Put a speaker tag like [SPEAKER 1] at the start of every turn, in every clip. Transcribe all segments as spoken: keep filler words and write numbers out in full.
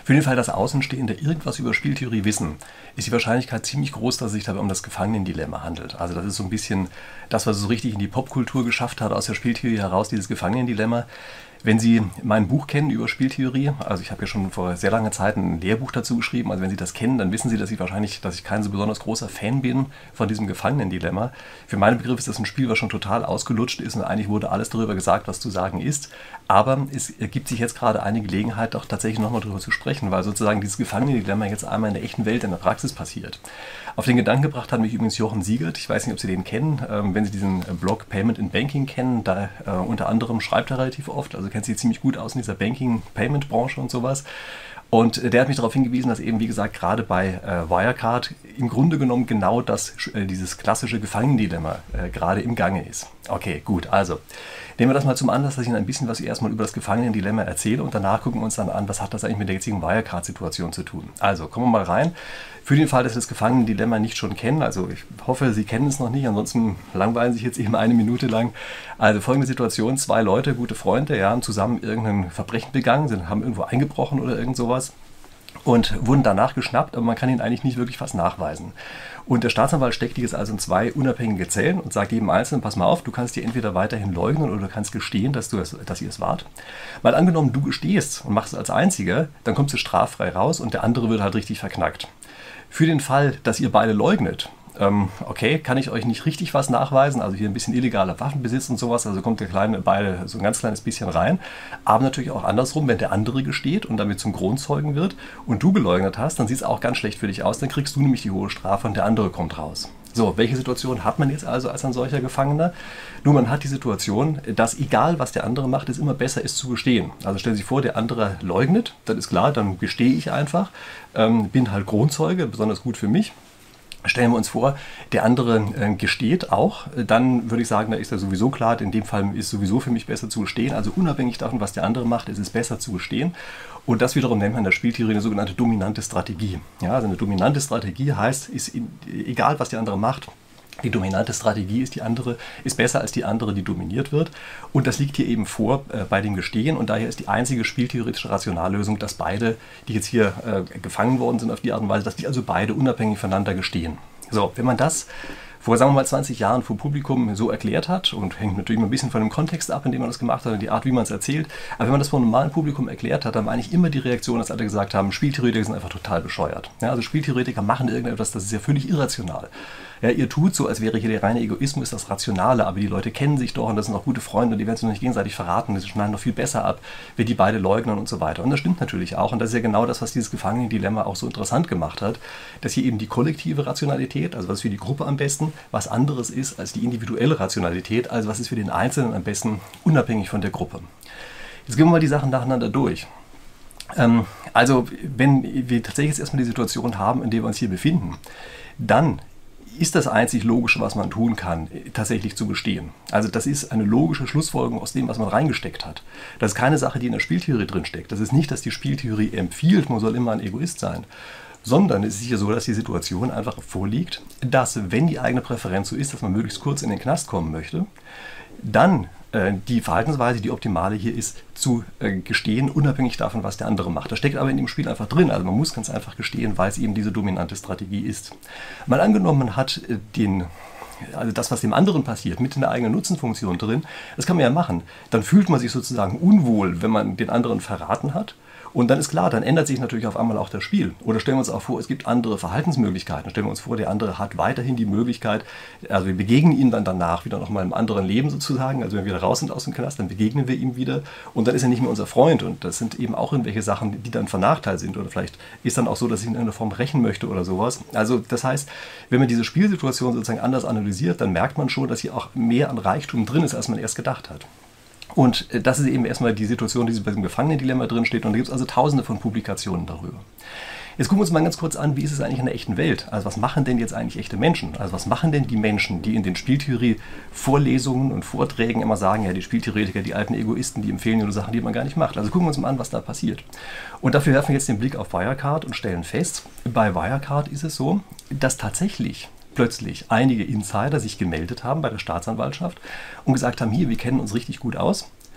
[SPEAKER 1] Für den Fall, dass Außenstehende irgendwas über Spieltheorie wissen, ist die Wahrscheinlichkeit ziemlich groß, dass es sich dabei um das Gefangenendilemma handelt. Also das ist so ein bisschen das, was es so richtig in die Popkultur geschafft hat, aus der Spieltheorie heraus, dieses Gefangenendilemma. Wenn Sie mein Buch kennen über Spieltheorie, also ich habe ja schon vor sehr langer Zeit ein Lehrbuch dazu geschrieben, also wenn Sie das kennen, dann wissen Sie, dass ich wahrscheinlich, dass ich kein so besonders großer Fan bin von diesem Gefangenendilemma. Für meinen Begriff ist das ein Spiel, was schon total ausgelutscht ist und eigentlich wurde alles darüber gesagt, was zu sagen ist. Aber es ergibt sich jetzt gerade eine Gelegenheit, doch tatsächlich nochmal darüber zu sprechen, weil sozusagen dieses Gefangenendilemma jetzt einmal in der echten Welt, in der Praxis passiert. Auf den Gedanken gebracht hat mich übrigens Jochen Siegert, ich weiß nicht, ob Sie den kennen, ähm, wenn Sie diesen Blog Payment in Banking kennen, da äh, unter anderem schreibt er relativ oft, also kennt sich ziemlich gut aus in dieser Banking-Payment-Branche und sowas. Und äh, der hat mich darauf hingewiesen, dass eben, wie gesagt, gerade bei äh, Wirecard im Grunde genommen genau das, äh, dieses klassische Gefangenendilemma äh, gerade im Gange ist. Okay, gut, also nehmen wir das mal zum Anlass, dass ich Ihnen ein bisschen was erstmal über das Gefangenendilemma erzähle und danach gucken wir uns dann an, was hat das eigentlich mit der jetzigen Wirecard-Situation zu tun. Also, kommen wir mal rein. Für den Fall, dass Sie das Gefangenendilemma nicht schon kennen, also ich hoffe, Sie kennen es noch nicht, ansonsten langweilen Sie sich jetzt eben eine Minute lang. Also folgende Situation, zwei Leute, gute Freunde, ja, haben zusammen irgendein Verbrechen begangen, sind, haben irgendwo eingebrochen oder irgend sowas und wurden danach geschnappt, aber man kann ihnen eigentlich nicht wirklich was nachweisen. Und der Staatsanwalt steckt die jetzt also in zwei unabhängige Zellen und sagt jedem Einzelnen, pass mal auf, du kannst dir entweder weiterhin leugnen oder du kannst gestehen, dass, du es, dass ihr es wart. Weil angenommen, du gestehst und machst es als Einziger, dann kommst du straffrei raus und der andere wird halt richtig verknackt. Für den Fall, dass ihr beide leugnet, ähm, okay, kann ich euch nicht richtig was nachweisen, also hier ein bisschen illegaler Waffenbesitz und sowas, also kommt der Kleine beide so ein ganz kleines bisschen rein, aber natürlich auch andersrum, wenn der andere gesteht und damit zum Kronzeugen wird und du geleugnet hast, dann sieht es auch ganz schlecht für dich aus, dann kriegst du nämlich die hohe Strafe und der andere kommt raus. So, welche Situation hat man jetzt also als ein solcher Gefangener? Nun, man hat die Situation, dass egal was der andere macht, es immer besser ist zu gestehen. Also stellen Sie sich vor, der andere leugnet, dann ist klar, dann gestehe ich einfach, ähm, bin halt Kronzeuge, besonders gut für mich. Stellen wir uns vor, der andere äh, gesteht auch, dann würde ich sagen, da ist ja sowieso klar, in dem Fall ist sowieso für mich besser zu gestehen. Also unabhängig davon, was der andere macht, ist es besser zu gestehen. Und das wiederum nennt man in der Spieltheorie eine sogenannte dominante Strategie. Ja, also eine dominante Strategie heißt, ist in, egal was der andere macht, die dominante Strategie ist die andere, ist besser als die andere, die dominiert wird. Und das liegt hier eben vor äh, bei dem Gestehen. Und daher ist die einzige spieltheoretische Rationallösung, dass beide, die jetzt hier äh, gefangen worden sind auf die Art und Weise, dass die also beide unabhängig voneinander gestehen. So, wenn man das vor, sagen wir mal, zwanzig Jahren vor Publikum so erklärt hat, und hängt natürlich immer ein bisschen von dem Kontext ab, in dem man das gemacht hat und die Art, wie man es erzählt, aber wenn man das vor einem normalen Publikum erklärt hat, dann war eigentlich immer die Reaktion, dass alle gesagt haben, Spieltheoretiker sind einfach total bescheuert. Ja, also Spieltheoretiker machen irgendetwas, das ist ja völlig irrational. Ja, ihr tut so, als wäre hier der reine Egoismus das Rationale, aber die Leute kennen sich doch und das sind auch gute Freunde und die werden sich noch nicht gegenseitig verraten, die schneiden noch viel besser ab, wenn die beide leugnen und so weiter. Und das stimmt natürlich auch und das ist ja genau das, was dieses Gefangenendilemma auch so interessant gemacht hat, dass hier eben die kollektive Rationalität, also was ist für die Gruppe am besten, was anderes ist als die individuelle Rationalität, also was ist für den Einzelnen am besten, unabhängig von der Gruppe. Jetzt gehen wir mal die Sachen nacheinander durch. Ähm, also, wenn wir tatsächlich jetzt erstmal die Situation haben, in der wir uns hier befinden, dann ist das einzig Logische, was man tun kann, tatsächlich zu gestehen. Also das ist eine logische Schlussfolgerung aus dem, was man reingesteckt hat. Das ist keine Sache, die in der Spieltheorie drinsteckt. Das ist nicht, dass die Spieltheorie empfiehlt, man soll immer ein Egoist sein, sondern es ist hier so, dass die Situation einfach vorliegt, dass, wenn die eigene Präferenz so ist, dass man möglichst kurz in den Knast kommen möchte, dann äh, die Verhaltensweise, die optimale hier ist, zu äh, gestehen, unabhängig davon, was der andere macht. Das steckt aber in dem Spiel einfach drin. Also man muss ganz einfach gestehen, weil es eben diese dominante Strategie ist. Mal angenommen, man hat äh, den... Also das, was dem anderen passiert, mit in der eigenen Nutzenfunktion drin, das kann man ja machen. Dann fühlt man sich sozusagen unwohl, wenn man den anderen verraten hat. Und dann ist klar, dann ändert sich natürlich auf einmal auch das Spiel. Oder stellen wir uns auch vor, es gibt andere Verhaltensmöglichkeiten. Stellen wir uns vor, der andere hat weiterhin die Möglichkeit, also wir begegnen ihm dann danach wieder nochmal im anderen Leben sozusagen. Also wenn wir wieder raus sind aus dem Knast, dann begegnen wir ihm wieder. Und dann ist er nicht mehr unser Freund. Und das sind eben auch irgendwelche Sachen, die dann von Nachteil sind. Oder vielleicht ist dann auch so, dass ich ihn in irgendeiner Form rächen möchte oder sowas. Also das heißt, wenn man diese Spielsituation sozusagen anders analysiert, dann merkt man schon, dass hier auch mehr an Reichtum drin ist, als man erst gedacht hat. Und das ist eben erstmal die Situation, die bei diesem Gefangenendilemma drin steht. Und da gibt es also tausende von Publikationen darüber. Jetzt gucken wir uns mal ganz kurz an, wie ist es eigentlich in der echten Welt? Also was machen denn jetzt eigentlich echte Menschen? Also was machen denn die Menschen, die in den Spieltheorie-Vorlesungen und Vorträgen immer sagen, ja, die Spieltheoretiker, die alten Egoisten, die empfehlen nur Sachen, die man gar nicht macht. Also gucken wir uns mal an, was da passiert. Und dafür werfen wir jetzt den Blick auf Wirecard und stellen fest, bei Wirecard ist es so, dass tatsächlich plötzlich einige Insider sich gemeldet haben bei der Staatsanwaltschaft und gesagt haben, hier, wir kennen uns richtig gut aus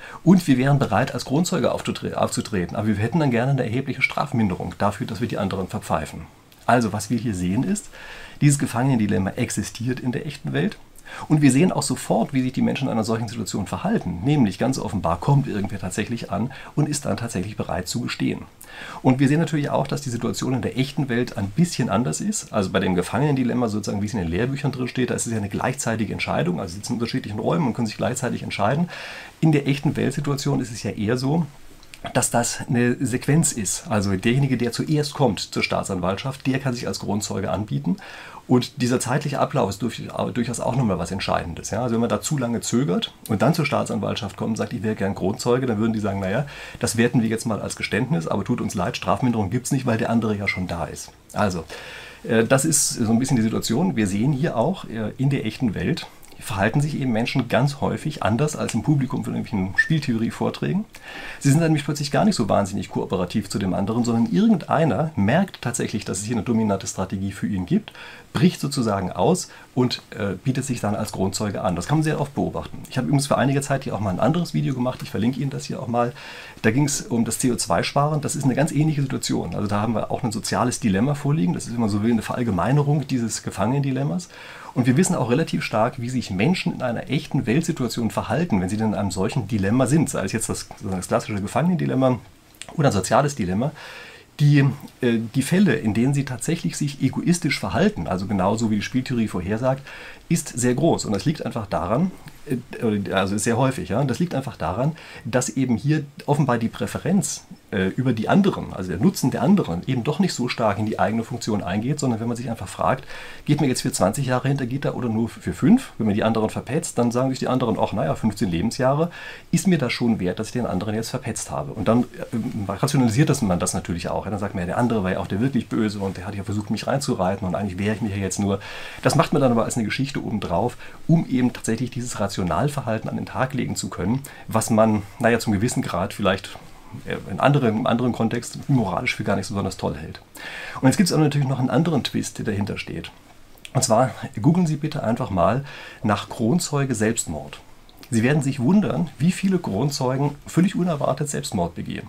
[SPEAKER 1] Und wir wären bereit, als Kronzeuge aufzutreten, aber wir hätten dann gerne eine erhebliche Strafminderung dafür, dass wir die anderen verpfeifen. Also, was wir hier sehen ist, dieses Gefangenendilemma existiert in der echten Welt. Und wir sehen auch sofort, wie sich die Menschen in einer solchen Situation verhalten. Nämlich ganz offenbar kommt irgendwer tatsächlich an und ist dann tatsächlich bereit zu gestehen. Und wir sehen natürlich auch, dass die Situation in der echten Welt ein bisschen anders ist. Also bei dem Gefangenendilemma sozusagen, wie es in den Lehrbüchern drin steht, da ist es ja eine gleichzeitige Entscheidung. Also sie sitzen in unterschiedlichen Räumen und können sich gleichzeitig entscheiden. In der echten Weltsituation ist es ja eher so, dass das eine Sequenz ist. Also derjenige, der zuerst kommt zur Staatsanwaltschaft, der kann sich als Kronzeuge anbieten. Und dieser zeitliche Ablauf ist durchaus auch nochmal was Entscheidendes. Ja? Also wenn man da zu lange zögert und dann zur Staatsanwaltschaft kommt und sagt, ich wäre gern Kronzeuge, dann würden die sagen, naja, das werten wir jetzt mal als Geständnis, aber tut uns leid, Strafminderung gibt es nicht, weil der andere ja schon da ist. Also, das ist so ein bisschen die Situation. Wir sehen hier auch in der echten Welt, verhalten sich eben Menschen ganz häufig anders als im Publikum von irgendwelchen Spieltheorie-Vorträgen. Sie sind dann nämlich plötzlich gar nicht so wahnsinnig kooperativ zu dem anderen, sondern irgendeiner merkt tatsächlich, dass es hier eine dominante Strategie für ihn gibt, bricht sozusagen aus und äh, bietet sich dann als Kronzeuge an. Das kann man sehr oft beobachten. Ich habe übrigens für einige Zeit hier auch mal ein anderes Video gemacht, ich verlinke Ihnen das hier auch mal. Da ging es um das C O zwei Sparen. Das ist eine ganz ähnliche Situation. Also da haben wir auch ein soziales Dilemma vorliegen. Das ist, wenn man so will, eine Verallgemeinerung dieses Gefangenendilemmas. Und wir wissen auch relativ stark, wie sich Menschen in einer echten Weltsituation verhalten, wenn sie denn in einem solchen Dilemma sind. Sei es jetzt das, das klassische Gefangenendilemma oder ein soziales Dilemma. Die, äh, die Fälle, in denen sie tatsächlich sich egoistisch verhalten, also genauso wie die Spieltheorie vorhersagt, ist sehr groß. Und das liegt einfach daran, äh, also ist sehr häufig, ja, das liegt einfach daran, dass eben hier offenbar die Präferenz äh, über die anderen, also der Nutzen der anderen, eben doch nicht so stark in die eigene Funktion eingeht, sondern wenn man sich einfach fragt, geht mir jetzt für zwanzig Jahre hinter Gitter oder nur für fünf? Wenn man die anderen verpetzt, dann sagen sich die anderen, ach naja, fünfzehn Lebensjahre, ist mir das schon wert, dass ich den anderen jetzt verpetzt habe. Und dann äh, rationalisiert das man das natürlich auch. Ja? Dann sagt man, ja, der andere war ja auch der wirklich Böse und der hat ja versucht, mich reinzureiten und eigentlich wehre ich mich ja jetzt nur. Das macht man dann aber als eine Geschichte obendrauf, um eben tatsächlich dieses Rationalverhalten an den Tag legen zu können, was man, naja, zum gewissen Grad vielleicht in anderen, im anderen Kontext moralisch für gar nicht so besonders toll hält. Und jetzt gibt es aber natürlich noch einen anderen Twist, der dahinter steht. Und zwar googeln Sie bitte einfach mal nach Kronzeuge Selbstmord. Sie werden sich wundern, wie viele Kronzeugen völlig unerwartet Selbstmord begehen.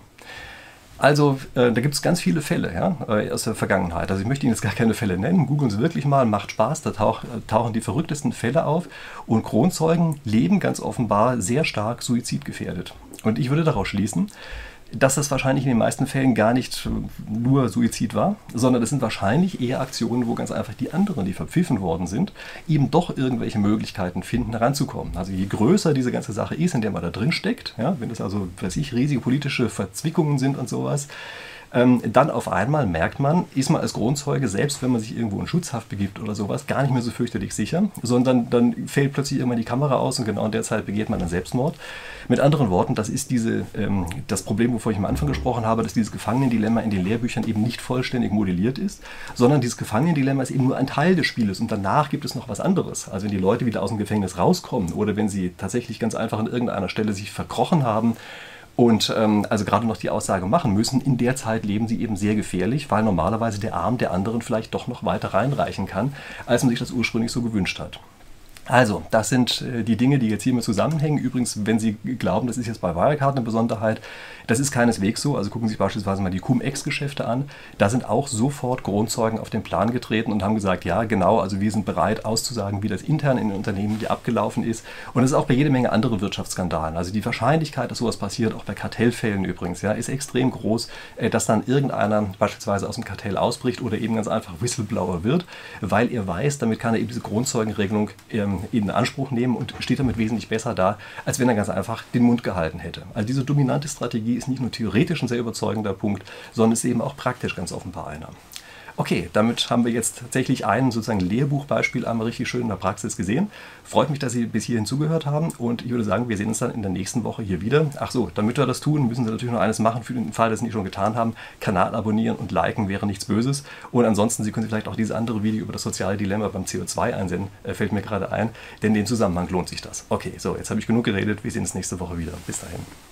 [SPEAKER 1] Also, äh, da gibt es ganz viele Fälle, ja, äh, aus der Vergangenheit. Also ich möchte Ihnen jetzt gar keine Fälle nennen. Googeln Sie wirklich mal, macht Spaß, da tauch, äh, tauchen die verrücktesten Fälle auf. Und Kronzeugen leben ganz offenbar sehr stark suizidgefährdet. Und ich würde daraus schließen, dass das wahrscheinlich in den meisten Fällen gar nicht nur Suizid war, sondern es sind wahrscheinlich eher Aktionen, wo ganz einfach die anderen, die verpfiffen worden sind, eben doch irgendwelche Möglichkeiten finden, heranzukommen. Also je größer diese ganze Sache ist, in der man da drin steckt, ja, wenn das also, weiß ich, riesige politische Verzwickungen sind und sowas, ähm, dann auf einmal merkt man, ist man als Kronzeuge, selbst wenn man sich irgendwo in Schutzhaft begibt oder sowas, gar nicht mehr so fürchterlich sicher, sondern dann fällt plötzlich irgendwann die Kamera aus und genau in der Zeit begeht man dann Selbstmord. Mit anderen Worten, das ist diese, ähm, das Problem, wovon ich am Anfang gesprochen habe, dass dieses Gefangenendilemma in den Lehrbüchern eben nicht vollständig modelliert ist, sondern dieses Gefangenendilemma ist eben nur ein Teil des Spieles und danach gibt es noch was anderes. Also wenn die Leute wieder aus dem Gefängnis rauskommen oder wenn sie tatsächlich ganz einfach an irgendeiner Stelle sich verkrochen haben, und ähm, also gerade noch die Aussage machen müssen, in der Zeit leben sie eben sehr gefährlich, weil normalerweise der Arm der anderen vielleicht doch noch weiter reinreichen kann, als man sich das ursprünglich so gewünscht hat. Also, das sind äh, die Dinge, die jetzt hier mit zusammenhängen. Übrigens, wenn Sie glauben, das ist jetzt bei Wirecard eine Besonderheit, das ist keineswegs so. Also gucken Sie sich beispielsweise mal die Cum-Ex-Geschäfte an. Da sind auch sofort Kronzeugen auf den Plan getreten und haben gesagt, ja genau, also wir sind bereit auszusagen, wie das intern in den Unternehmen hier abgelaufen ist. Und das ist auch bei jede Menge anderen Wirtschaftsskandalen. Also die Wahrscheinlichkeit, dass sowas passiert, auch bei Kartellfällen übrigens, ja, ist extrem groß, äh, dass dann irgendeiner beispielsweise aus dem Kartell ausbricht oder eben ganz einfach Whistleblower wird, weil er weiß, damit kann er eben diese Kronzeugenregelung ähm, in Anspruch nehmen und steht damit wesentlich besser da, als wenn er ganz einfach den Mund gehalten hätte. Also diese dominante Strategie ist nicht nur theoretisch ein sehr überzeugender Punkt, sondern ist eben auch praktisch ganz offenbar einer. Okay, damit haben wir jetzt tatsächlich ein sozusagen Lehrbuchbeispiel einmal richtig schön in der Praxis gesehen. Freut mich, dass Sie bis hierhin zugehört haben und ich würde sagen, wir sehen uns dann in der nächsten Woche hier wieder. Ach so, damit wir das tun, müssen Sie natürlich noch eines machen, für den Fall, dass Sie es nicht schon getan haben. Kanal abonnieren und liken wäre nichts Böses. Und ansonsten, Sie können vielleicht auch dieses andere Video über das soziale Dilemma beim C O zwei einsenden, äh, fällt mir gerade ein, denn in dem Zusammenhang lohnt sich das. Okay, so, jetzt habe ich genug geredet, wir sehen uns nächste Woche wieder. Bis dahin.